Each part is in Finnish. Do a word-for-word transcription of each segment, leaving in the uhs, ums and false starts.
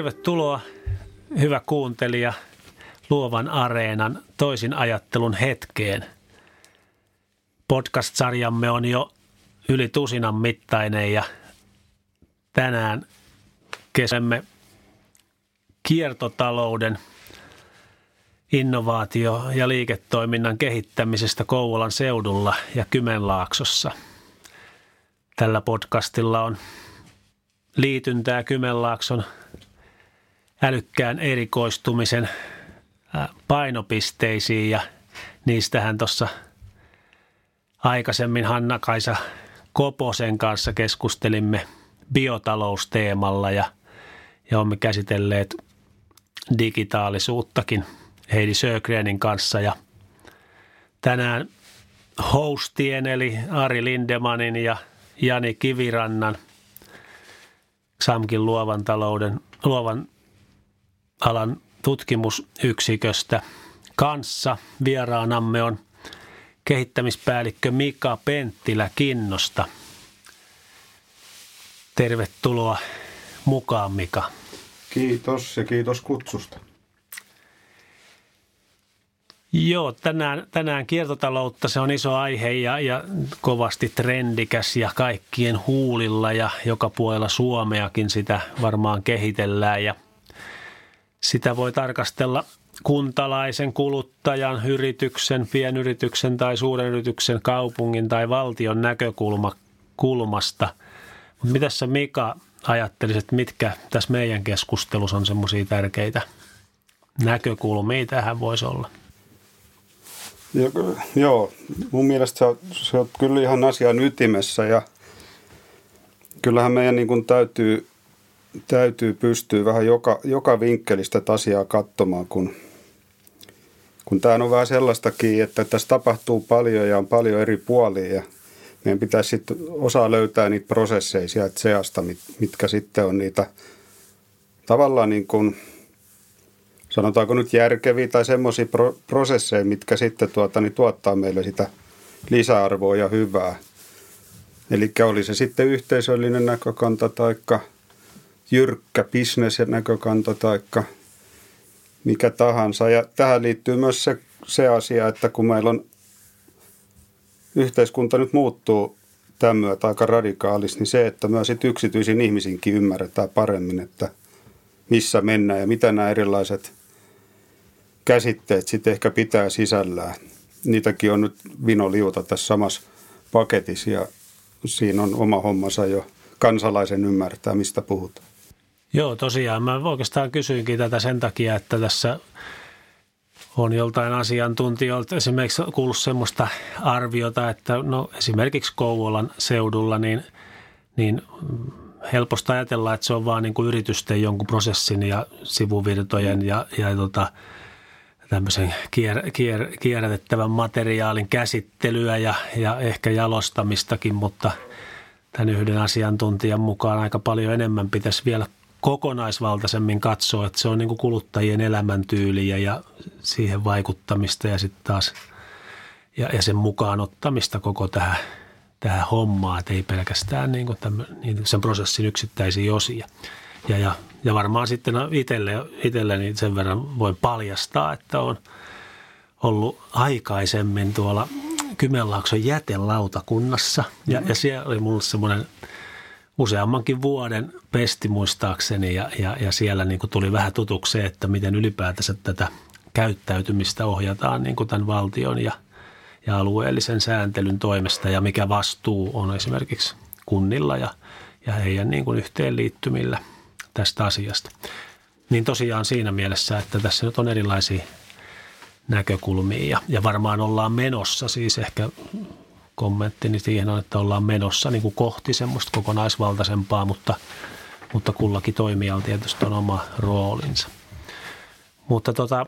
Tervetuloa, hyvä kuuntelija, Luovan Areenan toisin ajattelun hetkeen. Podcast-sarjamme on jo yli tusinan mittainen ja tänään keskustelemme kiertotalouden, innovaatio- ja liiketoiminnan kehittämisestä Kouvolan seudulla ja Kymenlaaksossa. Tällä podcastilla on liityntää Kymenlaakson älykkään erikoistumisen painopisteisiin ja niistähän tuossa aikaisemmin Hanna-Kaisa Koposen kanssa keskustelimme biotalousteemalla ja, ja olemme käsitelleet digitaalisuuttakin Heidi Sjögrenin kanssa ja tänään hostien eli Ari Lindemanin ja Jani Kivirannan Xamkin luovan talouden, luovan alan tutkimusyksiköstä kanssa. Vieraanamme on kehittämispäällikkö Mika Penttilä Kinnosta. Tervetuloa mukaan, Mika. Kiitos ja kiitos kutsusta. Joo, tänään, tänään kiertotaloutta, se on iso aihe ja, ja kovasti trendikäs ja kaikkien huulilla ja joka puolella Suomeakin sitä varmaan kehitellään ja sitä voi tarkastella kuntalaisen, kuluttajan, yrityksen, pienyrityksen tai suuren yrityksen, kaupungin tai valtion näkökulmasta. Mutta mitä sä Mika ajattelisit, mitkä tässä meidän keskustelussa on semmoisia tärkeitä näkökulmia tähän voisi olla? Joo, mun mielestä sä, sä oot kyllä ihan asian ytimessä ja kyllähän meidän niin kuin täytyy, täytyy pystyä vähän joka, joka vinkkelistä asiaa katsomaan, kun, kun tämä on vähän sellaistakin, että tässä tapahtuu paljon ja on paljon eri puolia ja meidän pitäisi sitten osaa löytää niitä prosesseja sieltä seasta, mit, mitkä sitten on niitä tavallaan niin kuin sanotaanko nyt järkeviä tai semmoisia pro- prosesseja, mitkä sitten tuota, niin tuottaa meille sitä lisäarvoa ja hyvää. Eli oli se sitten yhteisöllinen näkökanta tai jyrkkä business-näkökanta tai mikä tahansa. Ja tähän liittyy myös se, se asia, että kun meillä on yhteiskunta nyt muuttuu tämän myötä aika radikaalisti, niin se, että myös sitten yksityisiin ihmisinkin ymmärretään paremmin, että missä mennään ja mitä nämä erilaiset käsitteet sitten ehkä pitää sisällään. Niitäkin on nyt vino liuta tässä samassa paketissa ja siinä on oma hommansa jo kansalaisen ymmärtää, mistä puhutaan. Joo, tosiaan. Mä oikeastaan kysyinkin tätä sen takia, että tässä on joltain asiantuntijoilta esimerkiksi kuullut semmoista arviota, että no esimerkiksi Kouvolan seudulla niin, niin helposti ajatellaan, että se on vaan niin kuin yritysten jonkun prosessin ja sivuvirtojen ja, ja tota, tämmöisen kier, kier, kierrätettävän materiaalin käsittelyä ja, ja ehkä jalostamistakin, mutta tämän yhden asiantuntijan mukaan aika paljon enemmän pitäisi vielä kokonaisvaltaisemmin katsoa, että se on niin kuin kuluttajien elämäntyyliä ja siihen vaikuttamista ja sitten taas ja, ja sen mukaan ottamista koko tähän, tähän hommaan, että ei pelkästään niin kuin tämän, niin sen prosessin yksittäisiä osia. Ja, ja, ja varmaan sitten itselle, itselleni sen verran voin paljastaa, että on ollut aikaisemmin tuolla Kymenlaakson jätelautakunnassa ja, ja siellä oli mulle semmoinen useammankin vuoden pesti muistaakseni ja, ja, ja siellä niin kuin tuli vähän tutuksi, että miten ylipäätänsä tätä käyttäytymistä ohjataan niin kuin tämän valtion ja, ja alueellisen sääntelyn toimesta ja mikä vastuu on esimerkiksi kunnilla ja, ja heidän niin kuin yhteenliittymillä tästä asiasta. Niin tosiaan siinä mielessä, että tässä nyt on erilaisia näkökulmia ja, ja varmaan ollaan menossa, siis ehkä kommenttini siihen on, että ollaan menossa niin kuin kohti semmoista kokonaisvaltaisempaa, mutta, mutta kullakin toimijalla tietysti on oma roolinsa. Mutta tota,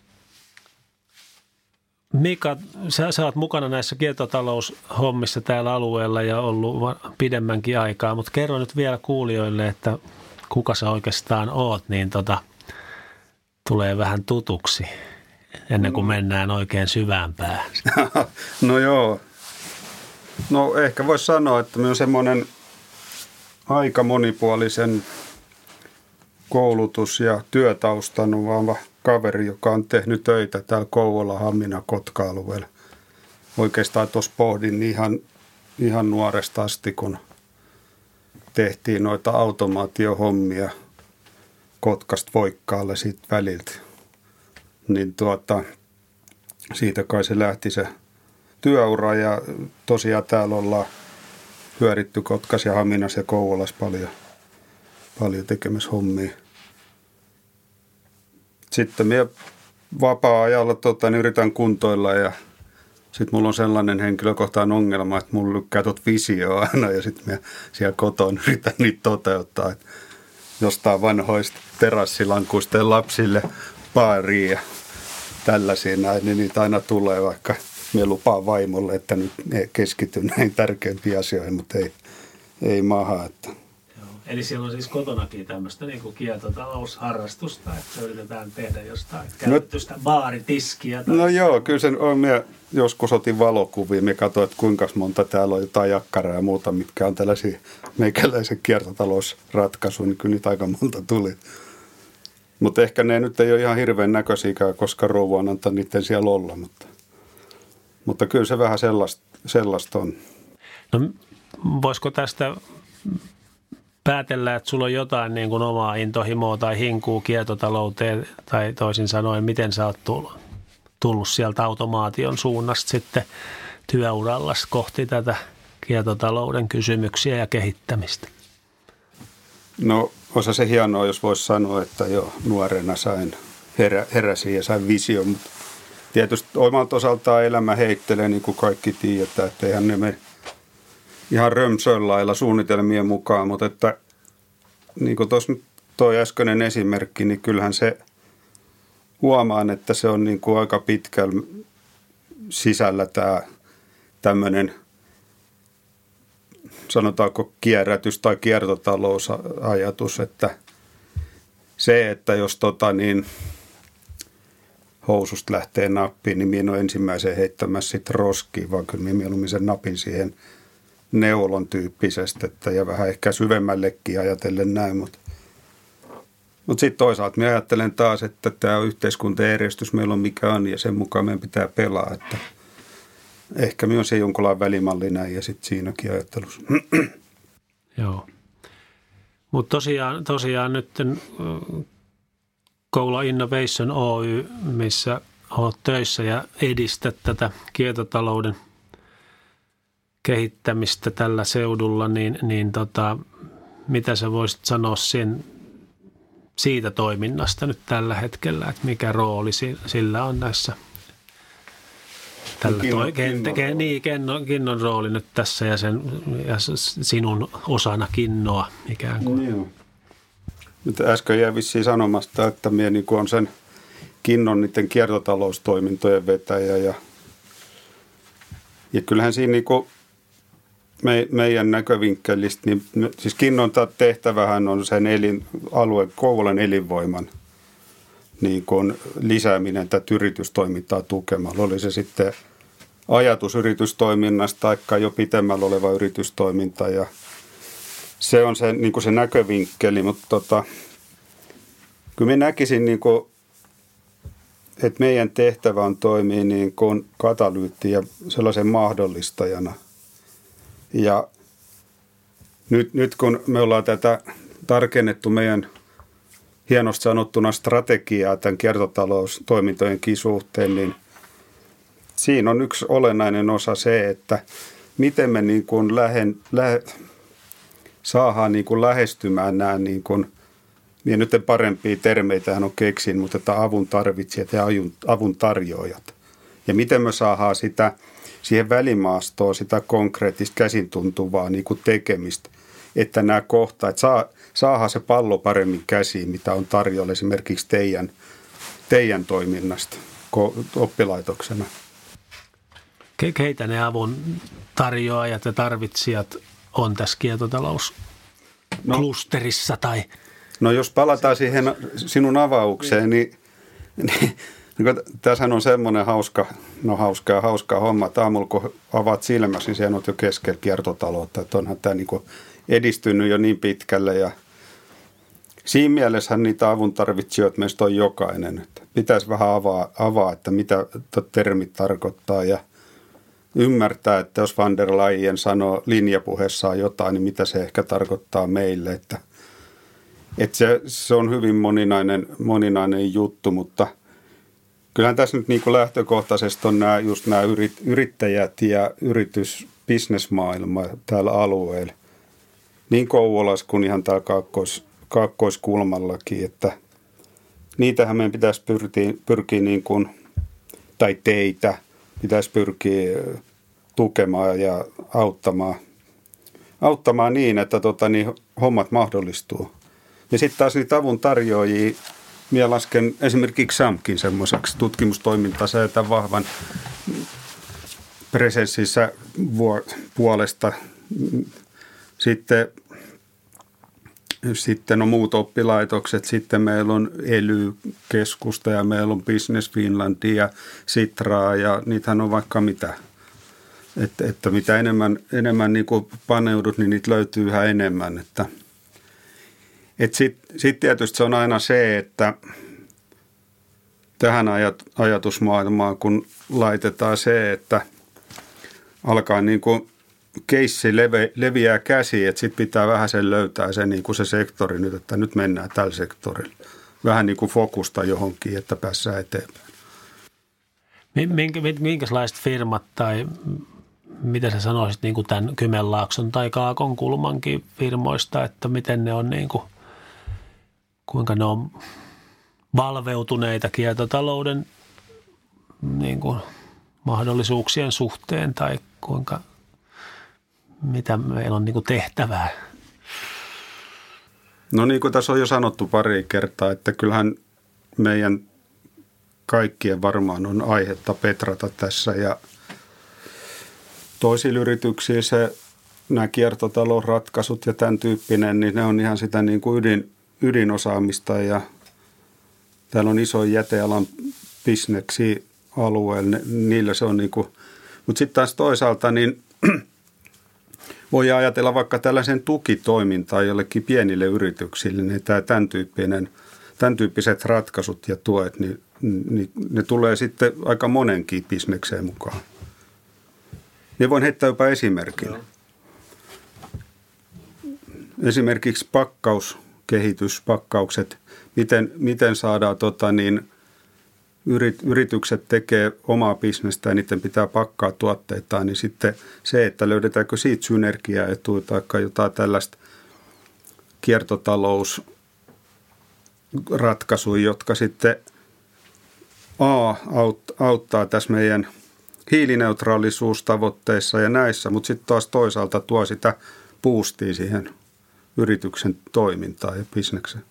Mika, sä, sä oot mukana näissä kiertotaloushommissa täällä alueella ja ollut pidemmänkin aikaa, mutta kerro nyt vielä kuulijoille, että kuka sä oikeastaan oot, niin tota, tulee vähän tutuksi ennen kuin mennään oikein syvään päähän. No joo. No ehkä voisi sanoa, että minä olen semmoinen aika monipuolisen koulutus- ja työtaustan omaava kaveri, joka on tehnyt töitä täällä Kouvola, Hamina, Kotka-alueella. Oikeastaan tuossa pohdin ihan, ihan nuoresta asti, kun tehtiin noita automaatiohommia Kotkasta Voikkaalle siitä väliltä. Niin tuota, siitä kai se lähti se työura ja tosiaan täällä ollaan pyöritty Kotkas ja Haminas ja Kouvolassa paljon, paljon tekemässä hommia. Sitten minä vapaa-ajalla tota, niin yritän kuntoilla ja sitten mulla on sellainen henkilökohtainen ongelma, että mulla lykkää tuot visioa aina ja sitten minä siellä kotona yritän niitä toteuttaa. Että jostain vanhoista terassilankuisten lapsille baariin ja tällaisia näin, niin niitä aina tulee, vaikka minä lupaan vaimolle, että nyt keskityn näin tärkeimpiin asioihin, mutta ei, ei maha. Että. Joo. Eli siellä on siis kotonakin tämmöistä niin kuin kiertotalousharrastusta, että yritetään tehdä jostain käytetystä no, baaritiskiä. Tai... No joo, kyllä sen on. Minä joskus otin valokuvia, minä katsoin, että kuinka monta täällä on jotain jakkaraa ja muuta, mitkä on tällaisia meikäläisen kiertotalousratkaisuja, niin kyllä niitä aika monta tuli. Mutta ehkä ne nyt ei ole ihan hirveän näköisikään, koska rouva on antanut niiden siellä olla, mutta, mutta kyllä se vähän sellaista, sellaista on. No voisiko tästä päätellä, että sulla on jotain niin kuin omaa intohimoa tai hinkuu kiertotalouteen, tai toisin sanoen, miten sä oot tullut, tullut sieltä automaation suunnasta sitten työurallasi kohti tätä kiertotalouden kysymyksiä ja kehittämistä? No osa se hienoa, jos voisi sanoa, että jo nuorena sain herä, heräsin ja sain vision, mutta tietysti omalta osaltaan elämä heittelee, niin kuin kaikki tiedetään, että eihän ne mene ihan römsön lailla suunnitelmien mukaan, mutta että niin kuin tuossa toi äskeinen esimerkki, niin kyllähän se huomaan, että se on niin kuin aika pitkällä sisällä tämä tämmöinen, sanotaanko kierrätys tai kiertotalousajatus, että se, että jos tota niin housusta lähtee nappiin, niin minä en ole ensimmäisen heittämässä sitten roskiin, vaan kyllä minä mieluummin sen napin siihen neulon tyyppisesti, että ja vähän ehkä syvemmällekin ajatellen näin, mutta Mutta sitten toisaalta minä ajattelen taas, että tämä yhteiskuntajärjestys meillä on mikä on ja sen mukaan meidän pitää pelaa, että ehkä myös se jonkunlainen välimalli näin ja sitten siinäkin ajattelussa. Joo. Mutta tosiaan, tosiaan nyt Kouvola Innovation Oy, missä olet töissä ja edistät tätä kiertotalouden kehittämistä tällä seudulla, niin, niin tota, mitä sä voisit sanoa sen, siitä toiminnasta nyt tällä hetkellä, että mikä rooli sillä on näissä? Tällä Kinnon, toi, kinnon, ke, niin, kinnon, kinnon rooli nyt tässä ja, sen, ja sinun osana kinnoa ikään kuin. Joo. Nyt äsken jäi vissiin sanomasta, että minä niin on sen kinnon niiden kiertotaloustoimintojen vetäjä ja, ja kyllähän siinä niin kuin me, meidän näkövinkkelistä, niin siis kinnon tehtävähän on sen elin, alueen Kouvolan elinvoiman niin kuin lisääminen tätä yritystoimintaa tukemalla. Oli se sitten ajatus yritystoiminnasta tai jo pitemmällä oleva yritystoiminta ja se on se, niin kuin se näkövinkkeli, mutta tota, kyllä minä näkisin, niin kuin, että meidän tehtävä on toimia niin kuin katalyytti ja sellaisen mahdollistajana. Ja nyt, nyt kun me ollaan tätä tarkennettu meidän hienosti sanottuna strategiaa tämän kiertotaloustoimintojenkin suhteen, niin siinä on yksi olennainen osa se, että miten me niin kuin lähen, lähe, saadaan niin kuin lähestymään nämä, niin kuin, minä nyt en parempia termeitähän on keksin, mutta että avun tarvitsijat ja avun tarjoajat. Ja miten me saadaan sitä siihen välimaastoon sitä konkreettista käsin tuntuvaa niin kuin tekemistä, että nämä kohtaa, että saa, saadaan se pallo paremmin käsiin, mitä on tarjolla esimerkiksi teidän, teidän toiminnasta oppilaitoksena. Keitä ne avun tarjoajat ja tarvitsijat on tässä kiertotalousklusterissa? No, tai? no jos palataan siihen sinun avaukseen, niin, niin tässähän on semmoinen hauska, no hauska ja hauska homma, että aamulla kun avaat silmäsi, niin siellä on jo keskellä kiertotaloutta, että onhan tämä niin kuin edistynyt jo niin pitkälle ja siinä mielessähän niitä avuntarvitsijoita meistä on jokainen. Että pitäisi vähän avaa, avaa, että mitä termit tarkoittaa ja ymmärtää, että jos van der Leyen sanoo linjapuheessaan jotain, niin mitä se ehkä tarkoittaa meille. Että, että se, se on hyvin moninainen, moninainen juttu, mutta kyllähän tässä nyt niin kuin lähtökohtaisesti on nämä, just nämä yrittäjät ja yritys, bisnesmaailma täällä alueella. Niin Kouvolassa kuin ihan täällä kaakkois, kaakkoiskulmallakin, että niitähän meidän pitäisi pyrkiä, pyrkiä niin kuin, tai teitä pitäisi pyrkiä tukemaan ja auttamaan, auttamaan niin, että tota, niin hommat mahdollistuu. Ja sitten taas niitä avun tarjoajia, minä lasken esimerkiksi SAMKin semmoiseksi tutkimustoimintaa säätän vahvan presenssissä puolesta. Sitten, sitten on muut oppilaitokset, sitten meillä on E L Y-keskusta ja meillä on Business Finlandia ja Sitraa ja niitähän on vaikka mitä. Että, että mitä enemmän, enemmän niin kuin paneudut, niin niitä löytyy yhä enemmän. Että, että sitten sit tietysti se on aina se, että tähän ajat, ajatusmaailmaan, kun laitetaan se, että alkaa niin kuin keissi leve, leviää käsiin, että sitten pitää vähän sen löytää se, niin kuin se sektori nyt, että nyt mennään tällä sektorilla. Vähän niin kuin fokusta johonkin, että päässään eteenpäin. Minkä, minkälaiset firmat tai mitä sä sanoisit niin kuin tämän Kymenlaakson tai Kaakonkulmankin firmoista, että miten ne on niin kuin, kuinka ne on valveutuneita kiertotalouden niin kuin mahdollisuuksien suhteen tai kuinka, mitä meillä on niin kuin tehtävää? No niin kuin tässä on jo sanottu pari kertaa, että kyllähän meidän kaikkien varmaan on aihetta petrata tässä ja toisilla yrityksillä se, nämä kiertotalousratkaisut ja tämän tyyppinen, niin ne on ihan sitä niin kuin ydin, ydinosaamista ja täällä on iso jätealan bisneksi alueella, niillä se on niin kuin, mutta sitten taas toisaalta niin voi ajatella vaikka tällaisen tukitoimintaa jollekin pienille yrityksille, niin tämä tämän, tyyppinen, tämän tyyppiset ratkaisut ja tuet, niin, niin ne tulee sitten aika monenkin bisnekseen mukaan. Ne voin heittää jopa esimerkin. No. Esimerkiksi pakkauskehitys, pakkaukset, miten, miten saadaan tota niin, yrit, yritykset tekee omaa bisnestä ja niiden pitää pakkaa tuotteitaan, niin sitten se, että löydetäänkö siitä synergiaetua tai jotain tällaista kiertotalousratkaisuja, jotka sitten A auttaa tässä meidän hiilineutraalisuustavoitteissa ja näissä, mutta sitten taas toisaalta tuo sitä boostia siihen yrityksen toimintaan ja bisnekseen.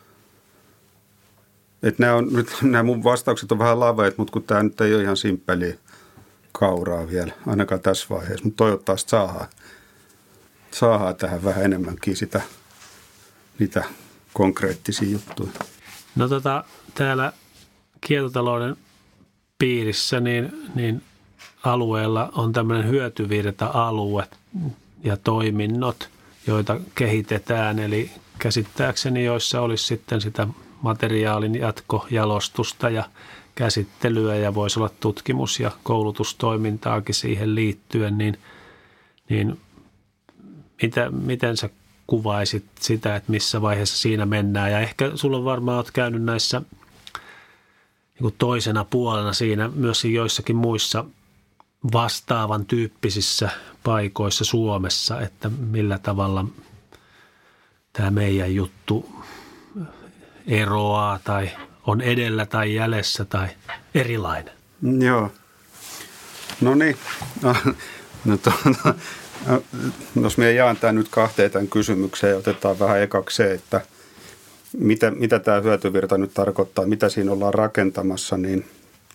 Että nämä, on, nyt, nämä mun vastaukset on vähän laveet, mutta kun tämä nyt ei ole ihan simppeliä kauraa vielä, ainakaan tässä vaiheessa, mutta toivottavasti saadaan, saadaan tähän vähän enemmänkin sitä, niitä konkreettisia juttuja. No tota, täällä kiertotalouden piirissä niin, niin alueella on tämmöinen hyötyvirta-alue ja toiminnot, joita kehitetään, eli käsittääkseni joissa olisi sitten sitä materiaalin jatkojalostusta ja käsittelyä ja voisi olla tutkimus- ja koulutustoimintaakin siihen liittyen, niin, niin mitä, miten sä kuvaisit sitä, että missä vaiheessa siinä mennään? Ja ehkä sulla varmaan olet käynyt näissä niin kuin toisena puolena siinä myös joissakin muissa vastaavan tyyppisissä paikoissa Suomessa, että millä tavalla tämä meidän juttu eroaa tai on edellä tai jäljessä tai erilainen. Joo. No niin. No, no, tuota, jos me jaan tämän nyt kahteen tämän kysymykseen ja otetaan vähän ekaksi se, että mitä, mitä tämä hyötyvirta nyt tarkoittaa, mitä siinä ollaan rakentamassa, niin,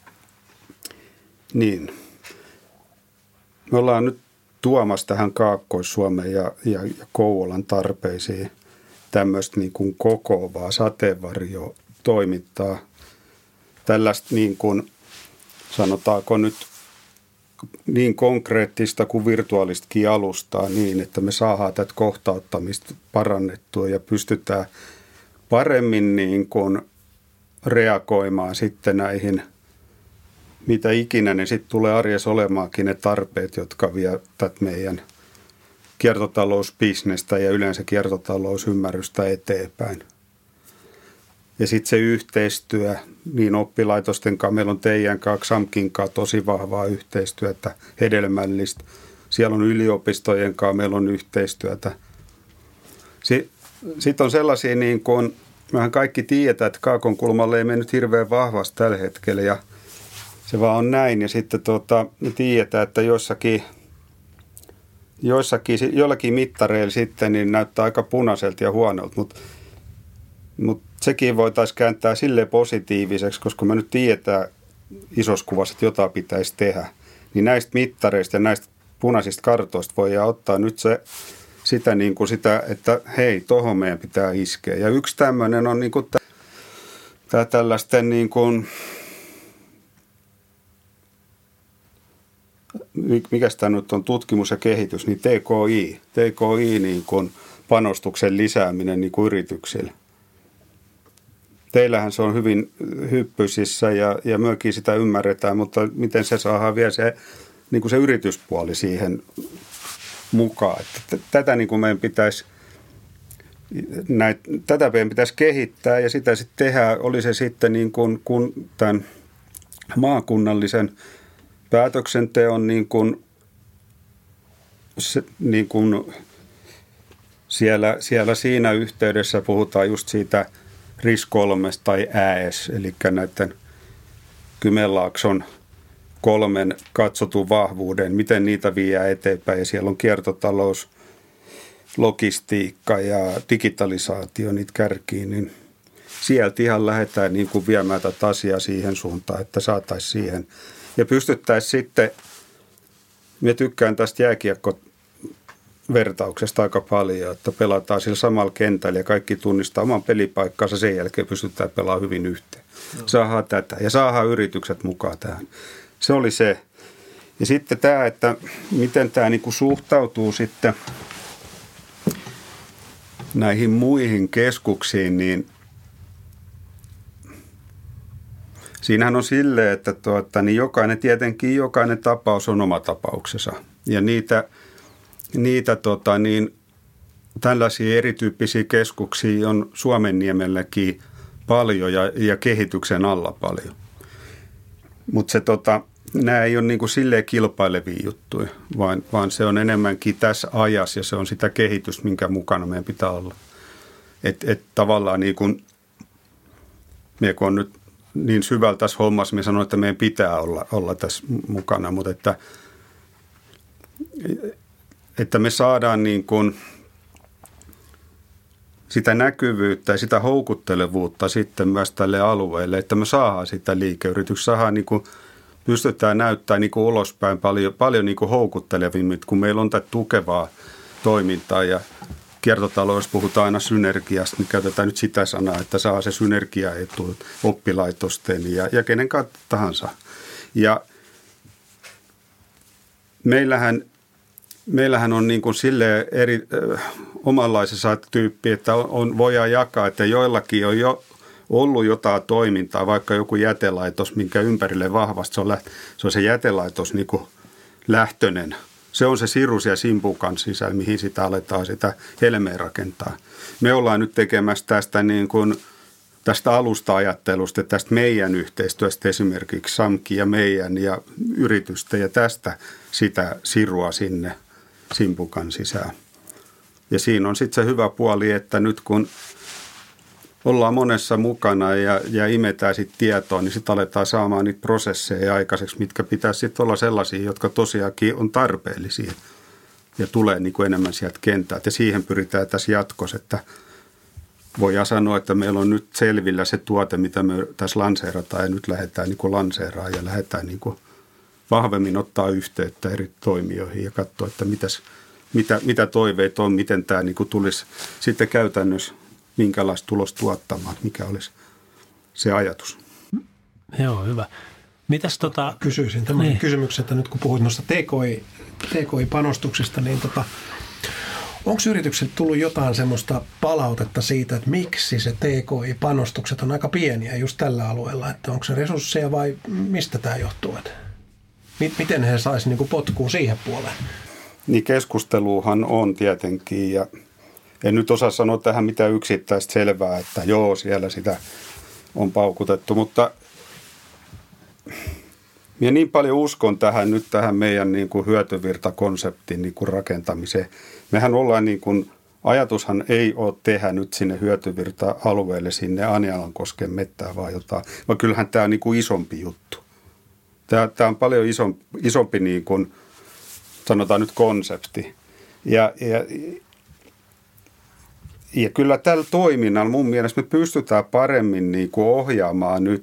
niin me ollaan nyt tuomassa tähän Kaakkois-Suomeen ja, ja, ja Kouvolan tarpeisiin tämmöistä niin kuin kokoavaa sateenvarjotoimintaa, tällaista niin kuin, sanotaanko nyt niin konkreettista kuin virtuaalistakin alustaa niin, että me saadaan tätä kohtauttamista parannettua ja pystytään paremmin niin kuin reagoimaan sitten näihin, mitä ikinä ne sitten tulee arjessa olemaankin ne tarpeet, jotka vie tätä meidän kiertotalousbisnestä ja yleensä kiertotalousymmärrystä eteenpäin. Ja sitten se yhteistyö, niin oppilaitosten kanssa, meillä on teidän kanssa, XAMKin kanssa tosi vahvaa yhteistyötä, hedelmällistä. Siellä on yliopistojen kanssa, meillä on yhteistyötä. Sitten on sellaisia, niin kuin mehän kaikki tiedetään, että Kaakonkulmalle ei mennyt hirveän vahvasti tällä hetkellä ja se vaan on näin. Ja sitten tota, me tiedetään, että joissakin, joissakin, joillakin mittareilla sitten niin näyttää aika punaiselta ja huonolta, mutta mut sekin voitaisiin kääntää silleen positiiviseksi, koska me nyt tiedetään isossa kuvassa, että jotain pitäisi tehdä. Niin näistä mittareista ja näistä punaisista kartoista voidaan ottaa nyt se, sitä, niin kuin sitä, että hei, tohon meidän pitää iskeä. Ja yksi tämmöinen on niin kuin tämä tällaisten niin kuin, mikä sitä nyt on, tutkimus ja kehitys, niin T K I, T K I niin kuin panostuksen lisääminen niin kuin yrityksille. Teillähän se on hyvin hyppysissä ja, ja myöskin sitä ymmärretään, mutta miten se saadaan vielä se, niin kuin se yrityspuoli siihen mukaan. Että tätä niin kuin meidän pitäisi, näitä, tätä meidän pitäisi kehittää ja sitä sitten tehdä, oli se sitten niin kuin, kun tämän maakunnallisen päätöksenteon niin kuin, se, niin kuin siellä, siellä siinä yhteydessä puhutaan just siitä R I S kolme tai Ä S, eli näiden Kymenlaakson kolmen katsotun vahvuuden, miten niitä viedään eteenpäin. Ja siellä on kiertotalous, logistiikka ja digitalisaatio niitä kärkiin, niin sieltä ihan lähdetään niin kuin viemään tätä asiaa siihen suuntaan, että saataisiin siihen. Ja pystyttäisiin sitten, minä tykkään tästä jääkiekkovertauksesta aika paljon, että pelataan sillä samalla kentällä ja kaikki tunnistaa oman pelipaikkansa, sen jälkeen pystytään pelaamaan hyvin yhteen. No. Saadaan tätä ja saadaan yritykset mukaan tähän. Se oli se. Ja sitten tämä, että miten tämä niin kuin suhtautuu sitten näihin muihin keskuksiin, niin siinähän on silleen, että tuota, niin jokainen, tietenkin jokainen tapaus on oma tapauksensa. Ja niitä, niitä tota, niin, tällaisia erityyppisiä keskuksia on Suomenniemelläkin paljon ja, ja kehityksen alla paljon. Mutta se tota, nämä ei ole niin kuin silleen kilpailevia juttuja, vaan, vaan se on enemmänkin tässä ajassa ja se on sitä kehitystä, minkä mukana meidän pitää olla. Että et tavallaan niin kuin, me kun on nyt niin syvällä tässä hommassa, me sanoin, että meidän pitää olla, olla tässä mukana, mutta että, että me saadaan niin kuin sitä näkyvyyttä ja sitä houkuttelevuutta sitten myös tälle alueelle, että me saadaan sitä liikeyritystä, saadaan niin kuin, pystytään näyttämään niin kuin ulospäin paljon, paljon niin kuin houkuttelevimmin, kun meillä on tätä tukevaa toimintaa ja kiertotaloudessa puhutaan aina synergiasta, niin käytetään nyt sitä sanaa, että saa se synergiaetu oppilaitosten ja, ja kenen tahansa. Ja meillähän, meillähän on niin kuin silleen eri, äh, omanlaisessa tyyppi, että on, on, voidaan jakaa, että joillakin on jo ollut jotain toimintaa, vaikka joku jätelaitos, minkä ympärille vahvasti se on, läht, se, on se jätelaitos niin kuin lähtöinen. Se on se sirus ja simpukan sisällä, mihin sitä aletaan sitä helmeä rakentaa. Me ollaan nyt tekemässä tästä, niin kuin, tästä alusta-ajattelusta, tästä meidän yhteistyöstä esimerkiksi SAMKi ja meidän ja yritystä ja tästä sitä sirua sinne simpukan sisään. Ja siinä on sitten se hyvä puoli, että nyt kun ollaan monessa mukana ja, ja imetään sitten tietoa, niin sitten aletaan saamaan niitä prosesseja aikaiseksi, mitkä pitäisi sitten olla sellaisia, jotka tosiaankin on tarpeellisia ja tulee niin kuin enemmän sieltä kentältä. Ja siihen pyritään tässä jatkossa, että voidaan sanoa, että meillä on nyt selvillä se tuote, mitä me tässä lanseerataan ja nyt lähdetään niin kuin lanseeraan ja lähdetään niin kuin vahvemmin ottaa yhteyttä eri toimijoihin ja katsoa, että mitäs, mitä, mitä toiveet on, miten tämä niin kuin tulisi sitten käytännössä minkälaista tulosta tuottamaan, mikä olisi se ajatus. Joo, hyvä. Mitäs tota... Kysyisin tämän niin. kysymyksen, että nyt kun puhuit noista T K I, T K I-panostuksista, niin tota, Onko yrityksille tullut jotain semmoista palautetta siitä, että miksi se T K I-panostukset on aika pieniä just tällä alueella? Että onko se resursseja vai mistä tämä johtuu? Että miten he saisivat niinku potkua siihen puoleen? Niin keskusteluhan on tietenkin ja en nyt osaa sanoa tähän mitään yksittäistä selvää, että joo siellä sitä on paukutettu, mutta minä niin paljon uskon tähän nyt tähän meidän niin kuin hyötyvirtakonseptin niin kuin rakentamiseen. Mehän ollaan niin kuin, ajatushan ei ole tehdä nyt sinne hyötyvirta-alueelle sinne Anjalankosken mettään vai jotain, vaan kyllähän tämä on niin kuin isompi juttu. Tämä, tämä on paljon isompi, isompi niin kuin, sanotaan nyt konsepti. Ja, ja, ja kyllä tällä toiminnalla mun mielestä me pystytään paremmin niin kuin ohjaamaan nyt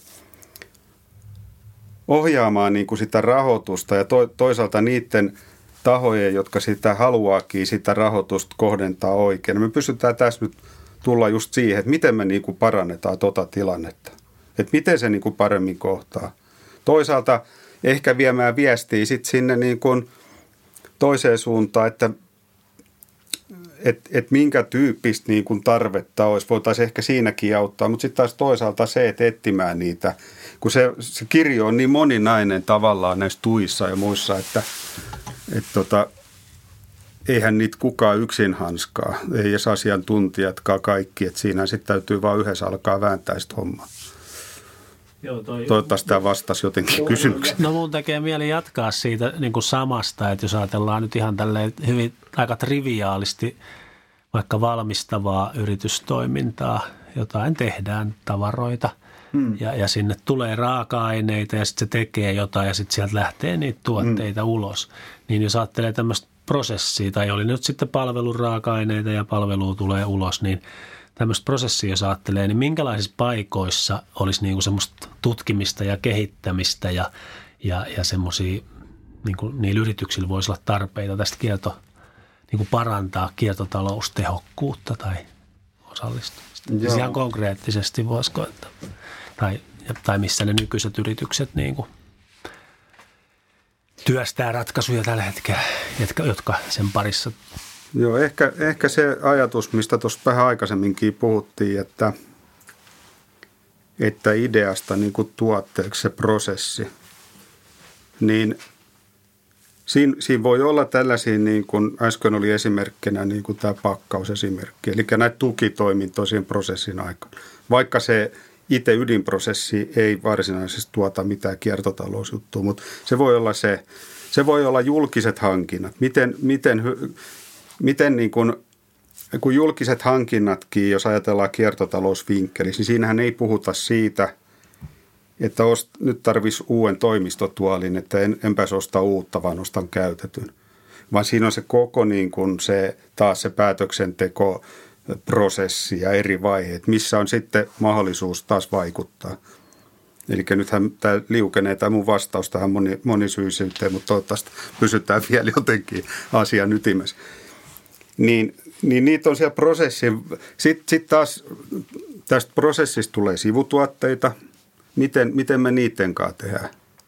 ohjaamaan niin kuin sitä rahoitusta ja to, toisaalta niiden tahojen, jotka sitä haluaakin sitä rahoitusta kohdentaa oikein. Me pystytään tässä nyt tulla just siihen, että miten me niin kuin parannetaan tota tilannetta. Että miten se niin kuin paremmin kohtaa. Toisaalta ehkä viemään viestiä sitten sinne niin kuin toiseen suuntaan, että et, et minkä tyyppistä niin kuin tarvetta olisi. Voitaisiin ehkä siinäkin auttaa, mutta sitten taas toisaalta se, että etsimään niitä. Kun se, se kirjo on niin moninainen tavallaan näissä tuissa ja muissa, että et tota, eihän niitä kukaan yksin hanskaa. Ei edes asiantuntijatkaan kaikki, että siinä sitten täytyy vaan yhdessä alkaa vääntää sitä hommaa. Joo, toi, Toivottavasti tämä vastasi jotenkin kysymykseen. No mun tekee mieli jatkaa siitä niin kuin samasta, että jos ajatellaan nyt ihan tälleen hyvin aika triviaalisti vaikka valmistavaa yritystoimintaa, jotain tehdään, tavaroita hmm. ja, ja sinne tulee raaka-aineita ja sitten se tekee jotain ja sitten sieltä lähtee niitä tuotteita hmm. ulos. Niin jos ajattelee tämmöistä prosessia tai oli nyt sitten palvelun raaka-aineita ja palvelu tulee ulos, niin tämmöistä prosessia, jos ajattelee, niin minkälaisissa paikoissa olisi niinku semmoista tutkimista ja kehittämistä ja, ja, ja semmoisia, niinku, niillä yrityksillä voisi olla tarpeita tästä kierto, niinku parantaa kiertotaloustehokkuutta tai osallistumista. Siis ihan konkreettisesti voisiko, että, tai, tai missä ne nykyiset yritykset niinku työstää ratkaisuja tällä hetkellä, jotka, jotka sen parissa. Joo, ehkä, ehkä se ajatus, mistä tuossa vähän aikaisemminkin puhuttiin, että, että ideasta niin kuin tuotteeksi se prosessi, niin siinä, siinä voi olla tällaisia, niin kuin äsken oli esimerkkinä niin kuin tämä pakkausesimerkki, eli näitä tukitoimintoja siinä prosessin aikana. Vaikka se itse ydinprosessi ei varsinaisesti tuota mitään kiertotalousjuttua, mutta se voi olla se, se voi olla julkiset hankinnat, miten, miten Miten niin kun, kun julkiset hankinnatkin, jos ajatellaan kiertotalousvinkkelissä, niin siinähän ei puhuta siitä, että ost, nyt tarvitsisi uuden toimistotuolin, että en, enpäs osta uutta, vaan ostan käytetyn. Vaan siinä on se koko niin kun se, taas se päätöksentekoprosessi ja eri vaiheet, missä on sitten mahdollisuus taas vaikuttaa. Eli nythän tämä liukenee tämä mun vastaus tähän moni, monisyisyyteen, mutta toivottavasti pysytään vielä jotenkin asian ytimessä. Niin, niin niitä on siellä prosessin. Sitten sit taas tästä prosessista tulee sivutuotteita. Miten, miten me niiden kanssa tehdään?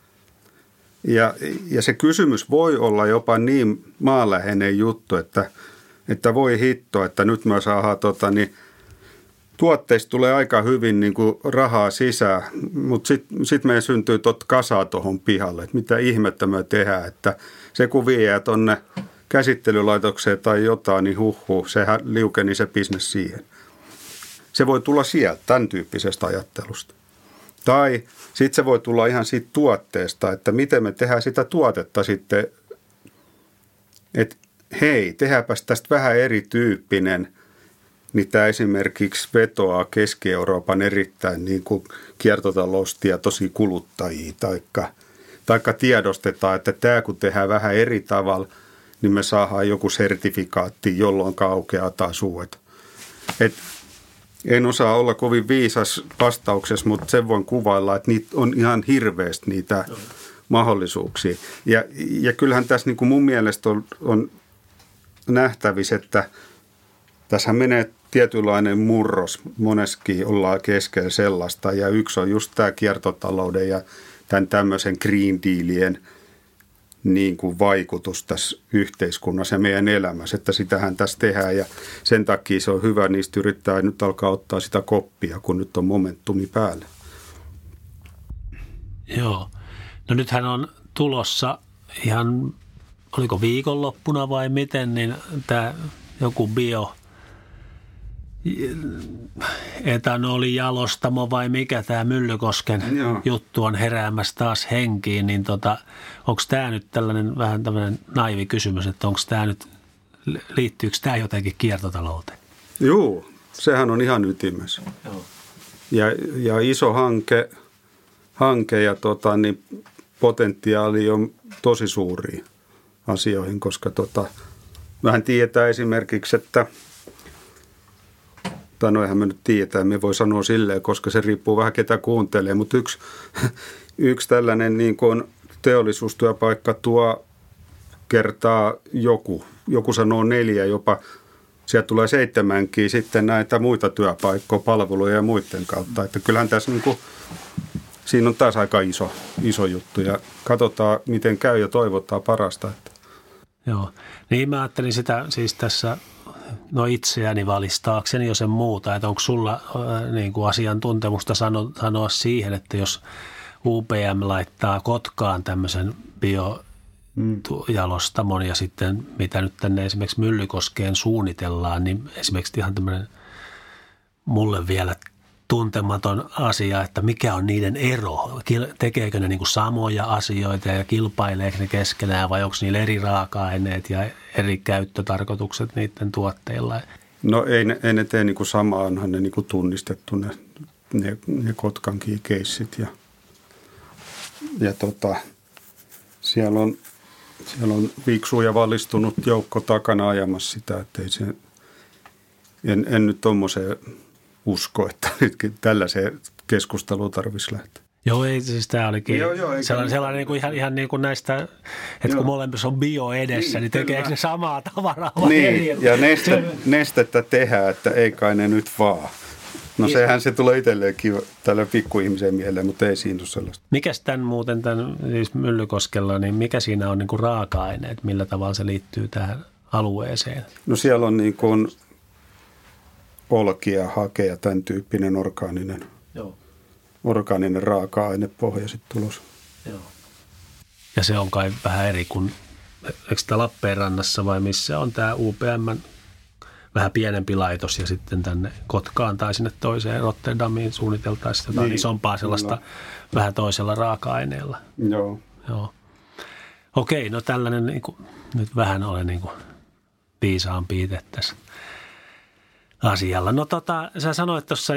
Ja, ja se kysymys voi olla jopa niin maanläheinen juttu, että, että voi hitto, että nyt me saadaan tota, niin, tuotteista tulee aika hyvin niin kuin rahaa sisään, mutta sitten sit meidän syntyy tot kasaa tuohon pihalle, että mitä ihmettä me tehdään, että se kun vie tuonne käsittelylaitokseen tai jotain, niin huhhuh, sehän liukeni se bisnes siihen. Se voi tulla sieltä, tämän tyyppisestä ajattelusta. Tai sitten se voi tulla ihan siitä tuotteesta, että miten me tehdään sitä tuotetta sitten, että hei, tehdäänpäs tästä vähän erityyppinen, niin tämä esimerkiksi vetoaa Keski-Euroopan erittäin niin kuin kiertotaloustietoisia kuluttajia, taikka, taikka tiedostetaan, että tämä kun tehdään vähän eri tavalla, niin me saadaan joku sertifikaatti, jolloin aukeaa taas uudet. Et en osaa olla kovin viisas vastauksessa, mutta sen voin kuvailla, että niitä on ihan hirveästi niitä no. mahdollisuuksia. Ja, ja kyllähän tässä niin kuin mun mielestä on, on nähtävissä, että tässähän menee tietynlainen murros. Moneskin ollaan keskellä sellaista ja yksi on just tämä kiertotalouden ja tämän tämmöisen Green Dealien niin kuin vaikutus tässä yhteiskunnassa ja meidän elämässä, että sitähän tässä tehdään ja sen takia se on hyvä, niistä yrittää nyt alkaa ottaa sitä koppia, kun nyt on momentumi päällä. Joo. No nythän on tulossa ihan, oliko viikonloppuna vai miten, niin tämä joku bio etanolijalostamo vai mikä tämä Myllykosken Joo. juttu on heräämässä taas henkiin, niin tota, onko tämä nyt tällainen vähän tämmöinen naivi kysymys, että onko tämä nyt, liittyykö tämä jotenkin kiertotalouteen? Joo, sehän on ihan ytimessä. Joo. Ja, ja iso hanke, hanke ja tota, niin potentiaali on tosi suuria asioihin, koska tota, vähän tietää esimerkiksi, että tai no eihän me nyt tiedetään, me voi sanoa silleen, koska se riippuu vähän ketä kuuntelee, mutta yksi, yksi tällainen niin kuin teollisuustyöpaikka tuo kertaa joku, joku sanoo neljä jopa, sieltä tulee seitsemänkin sitten näitä muita työpaikkoja, palveluja ja muiden kautta, että kyllähän tässä niin kuin, siinä on taas aika iso, iso juttu ja katsotaan miten käy ja toivotaan parasta. Että. Joo, niin mä ajattelin sitä siis tässä no itseäni valistaakseni jo sen muuta, että onko sulla äh, niin kuin asiantuntemusta sano, sanoa siihen, että jos U P M laittaa Kotkaan tämmöisen biojalostamon ja sitten mitä nyt tänne esimerkiksi Myllykoskeen suunnitellaan, niin esimerkiksi ihan tämmöinen mulle vielä tuntematon asia, että mikä on niiden ero, tekeekö ne niin kuin samoja asioita ja kilpaileeko ne keskenään vai onko niillä eri raaka-aineet ja eri käyttötarkoitukset niiden tuotteilla? No ei ne, ei ne tee niin kuin samaa, onhan ne niin kuin tunnistettu ne, ne, ne Kotkankin keissit ja, ja tota, siellä on, siellä on viksu ja valistunut joukko takana ajamassa sitä, että ei se, en, en nyt tommoseen usko, että nytkin tällaiseen keskusteluun tarvitsisi lähteä. Joo, ei siis tämä olikin joo, joo, sellainen, sellainen niin kuin ihan, ihan niin kuin näistä, että joo. kun molemmissa on bio edessä, niin, niin tekeekö ne samaa tavaraa vai niin, eri? Ja neste, nestettä tehdään, että ei kai ne nyt vaan. No sehän se tulee itselleenkin tällä pikkuihmisen mieleen, mutta ei siinä ole sellaista. Mikäs tämän muuten, tämän siis Myllykoskella, niin mikä siinä on niin kuin raaka-aineet, millä tavalla se liittyy tähän alueeseen? No siellä on niin kuin olkia, hakea, tämän tyyppinen orgaaninen, Joo. orgaaninen raaka-ainepohja sitten tulossa. Joo. Ja se on kai vähän eri kuin, eikö tämä Lappeenrannassa vai missä on tämä U P M vähän pienempi laitos ja sitten tänne Kotkaan tai sinne toiseen Rotterdamiin suunniteltaisiin jotain niin, isompaa sellaista kyllä. vähän toisella raaka-aineella. Joo. Joo. Okei, no tällainen niin kuin, nyt vähän olen niin kuin viisaampi itse tässä asialla. No tota, sä sanoit tuossa,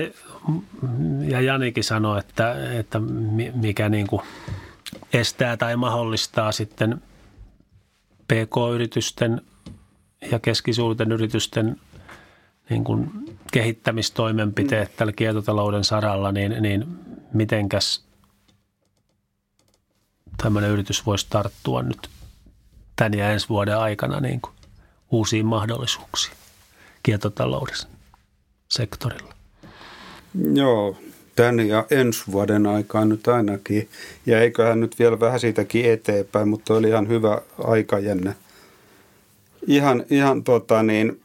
ja Janikin sanoi, että, että mikä niin kuin estää tai mahdollistaa sitten P K-yritysten ja keskisuurten yritysten niin kuin kehittämistoimenpiteet tällä kiertotalouden saralla, niin, niin mitenkäs tämmöinen yritys voisi tarttua nyt tämän ja ensi vuoden aikana niin kuin uusiin mahdollisuuksiin kiertotalouden sektorilla? Joo, tämän ja ensi vuoden aikaan nyt ainakin. Ja eiköhän nyt vielä vähän siitäkin eteenpäin, mutta oli ihan hyvä aikajänne. Ihan, ihan tota niin,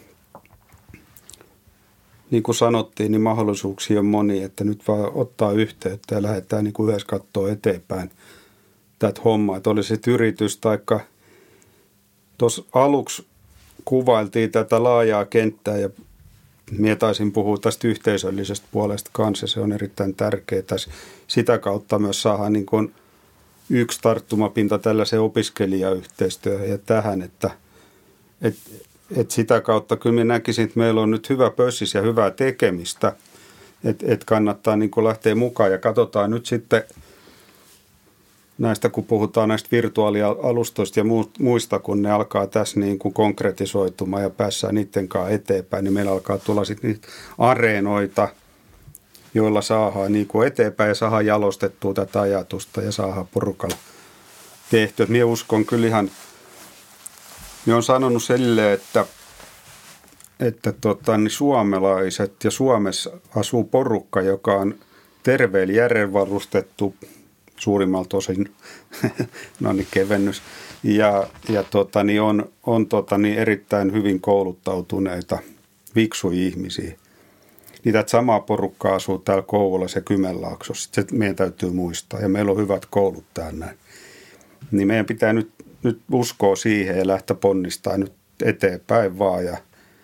niin kuin sanottiin, niin mahdollisuuksia on moni, että nyt vaan ottaa yhteyttä ja lähdetään niin kuin yhdessä katsoa eteenpäin tätä hommaa. Että oli sitten yritys taikka tuossa aluksi kuvailtiin tätä laajaa kenttää ja minä taisin puhua tästä yhteisöllisestä puolesta kanssa. Se on erittäin tärkeää. Sitä kautta myös saadaan niin kuin yksi tarttumapinta tällaiseen opiskelijayhteistyöhön ja tähän, että et, et sitä kautta kyllä minä näkisin, että meillä on nyt hyvä pössis ja hyvää tekemistä, että et kannattaa niin kuin lähteä mukaan ja katsotaan nyt sitten näistä, kun puhutaan näistä virtuaalialustoista ja muista, kun ne alkaa tässä niin kuin konkretisoitumaan ja päässään niiden kanssa eteenpäin, niin meillä alkaa tulla sitten niitä areenoita, joilla saadaan niin kuin eteenpäin ja saadaan jalostettua tätä ajatusta ja saadaan porukalla tehtyä. Minä uskon kyllä ihan, minä olen sanonut sille, että, että tota, niin suomalaiset ja Suomessa asuu porukka, joka on terveellä järjenvarustettu, suurimmalta osin, no niin kevennys, ja, ja tota, niin on, on tota, niin erittäin hyvin kouluttautuneita, fiksuja ihmisiä. Niin tätä samaa porukkaa asuu täällä Kouvolassa ja Kymenlaaksossa. Se meidän täytyy muistaa. Ja meillä on hyvät koulut täällä näin. Niin meidän pitää nyt, nyt uskoa siihen ja lähteä ponnistaa nyt eteenpäin vaan. Ja,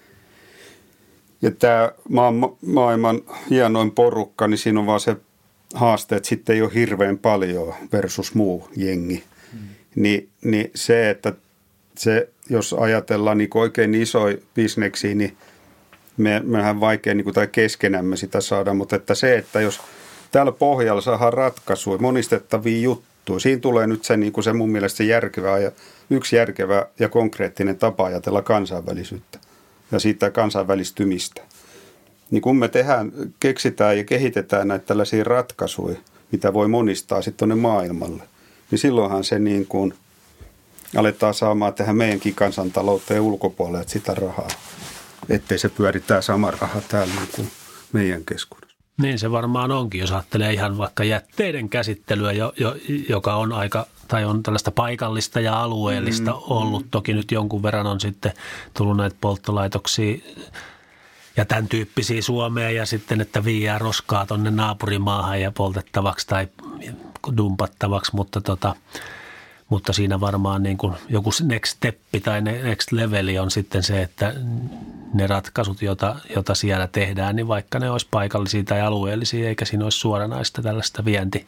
ja tämä maailman hienoin porukka, niin siinä on vaan se haaste, että sitten ei ole hirveän paljon versus muu jengi. Mm. Ni, niin se, että se, jos ajatellaan niin oikein isoja bisneksiä, niin Me, mehän vaikea niin kuin, tai keskenämme sitä saada, mutta että se, että jos täällä pohjalla saadaan ratkaisuja, monistettavia juttuja, siinä tulee nyt se, niin kuin se mun mielestä se järkevä ja yksi järkevä ja konkreettinen tapa ajatella kansainvälisyyttä ja siitä kansainvälistymistä. Niin kun me tehdään, keksitään ja kehitetään näitä tällaisia ratkaisuja, mitä voi monistaa sitten tuonne maailmalle, niin silloinhan se niin kuin aletaan saamaan tehdä meidänkin kansantalouteen ulkopuolelle sitä rahaa. Ettei se pyöri tämä sama raha täällä niin kuin meidän keskuudessa. Niin se varmaan onkin, jos ajattelee ihan vaikka jätteiden käsittelyä, jo, jo, joka on aika, tai on tällaista paikallista ja alueellista mm, ollut. Mm. Toki nyt jonkun verran on sitten tullut näitä polttolaitoksia ja tämän tyyppisiä Suomeen ja sitten, että viiää roskaa tuonne naapurimaahan ja poltettavaksi tai dumpattavaksi, mutta tota... Mutta siinä varmaan niin kuin joku next step tai next leveli on sitten se, että ne ratkaisut, joita, joita siellä tehdään, niin vaikka ne olisi paikallisia tai alueellisia, eikä siinä olisi suoranaista tällaista vienti,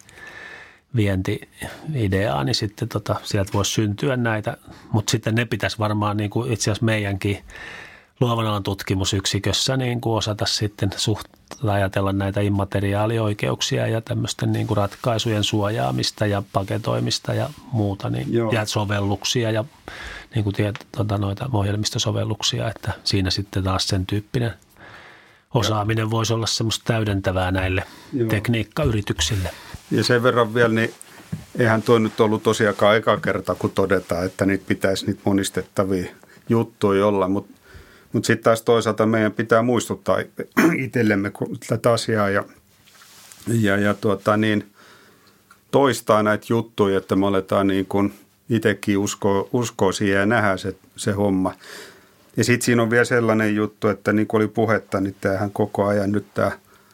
vienti-ideaa, niin sitten tota, sieltä voisi syntyä näitä. Mutta sitten ne pitäisi varmaan niin kuin itse asiassa meidänkin luovan alan tutkimusyksikössä niin kuin osata sitten suht ajatella näitä immateriaalioikeuksia ja tämmöisten niin kuin ratkaisujen suojaamista ja paketoimista ja muuta, niin, ja sovelluksia ja niin kuin tiet, tuota, noita ohjelmistosovelluksia, että siinä sitten taas sen tyyppinen osaaminen ja voisi olla semmoista täydentävää näille Joo. tekniikkayrityksille. Ja sen verran vielä, niin eihän tuo nyt ollut tosiaankaan eka kerta, kun todetaan, että niitä pitäisi niitä monistettavia juttuja olla, mutta Mutta sitten taas toisaalta meidän pitää muistuttaa itsellemme tätä asiaa ja, ja, ja tuota, niin, toistaa näitä juttuja, että me aletaan niin kuin itsekin uskoa, uskoa siihen ja nähdä se, se homma. Ja sitten siinä on vielä sellainen juttu, että niin kuin oli puhetta, niin tämähän koko ajan nyt tämä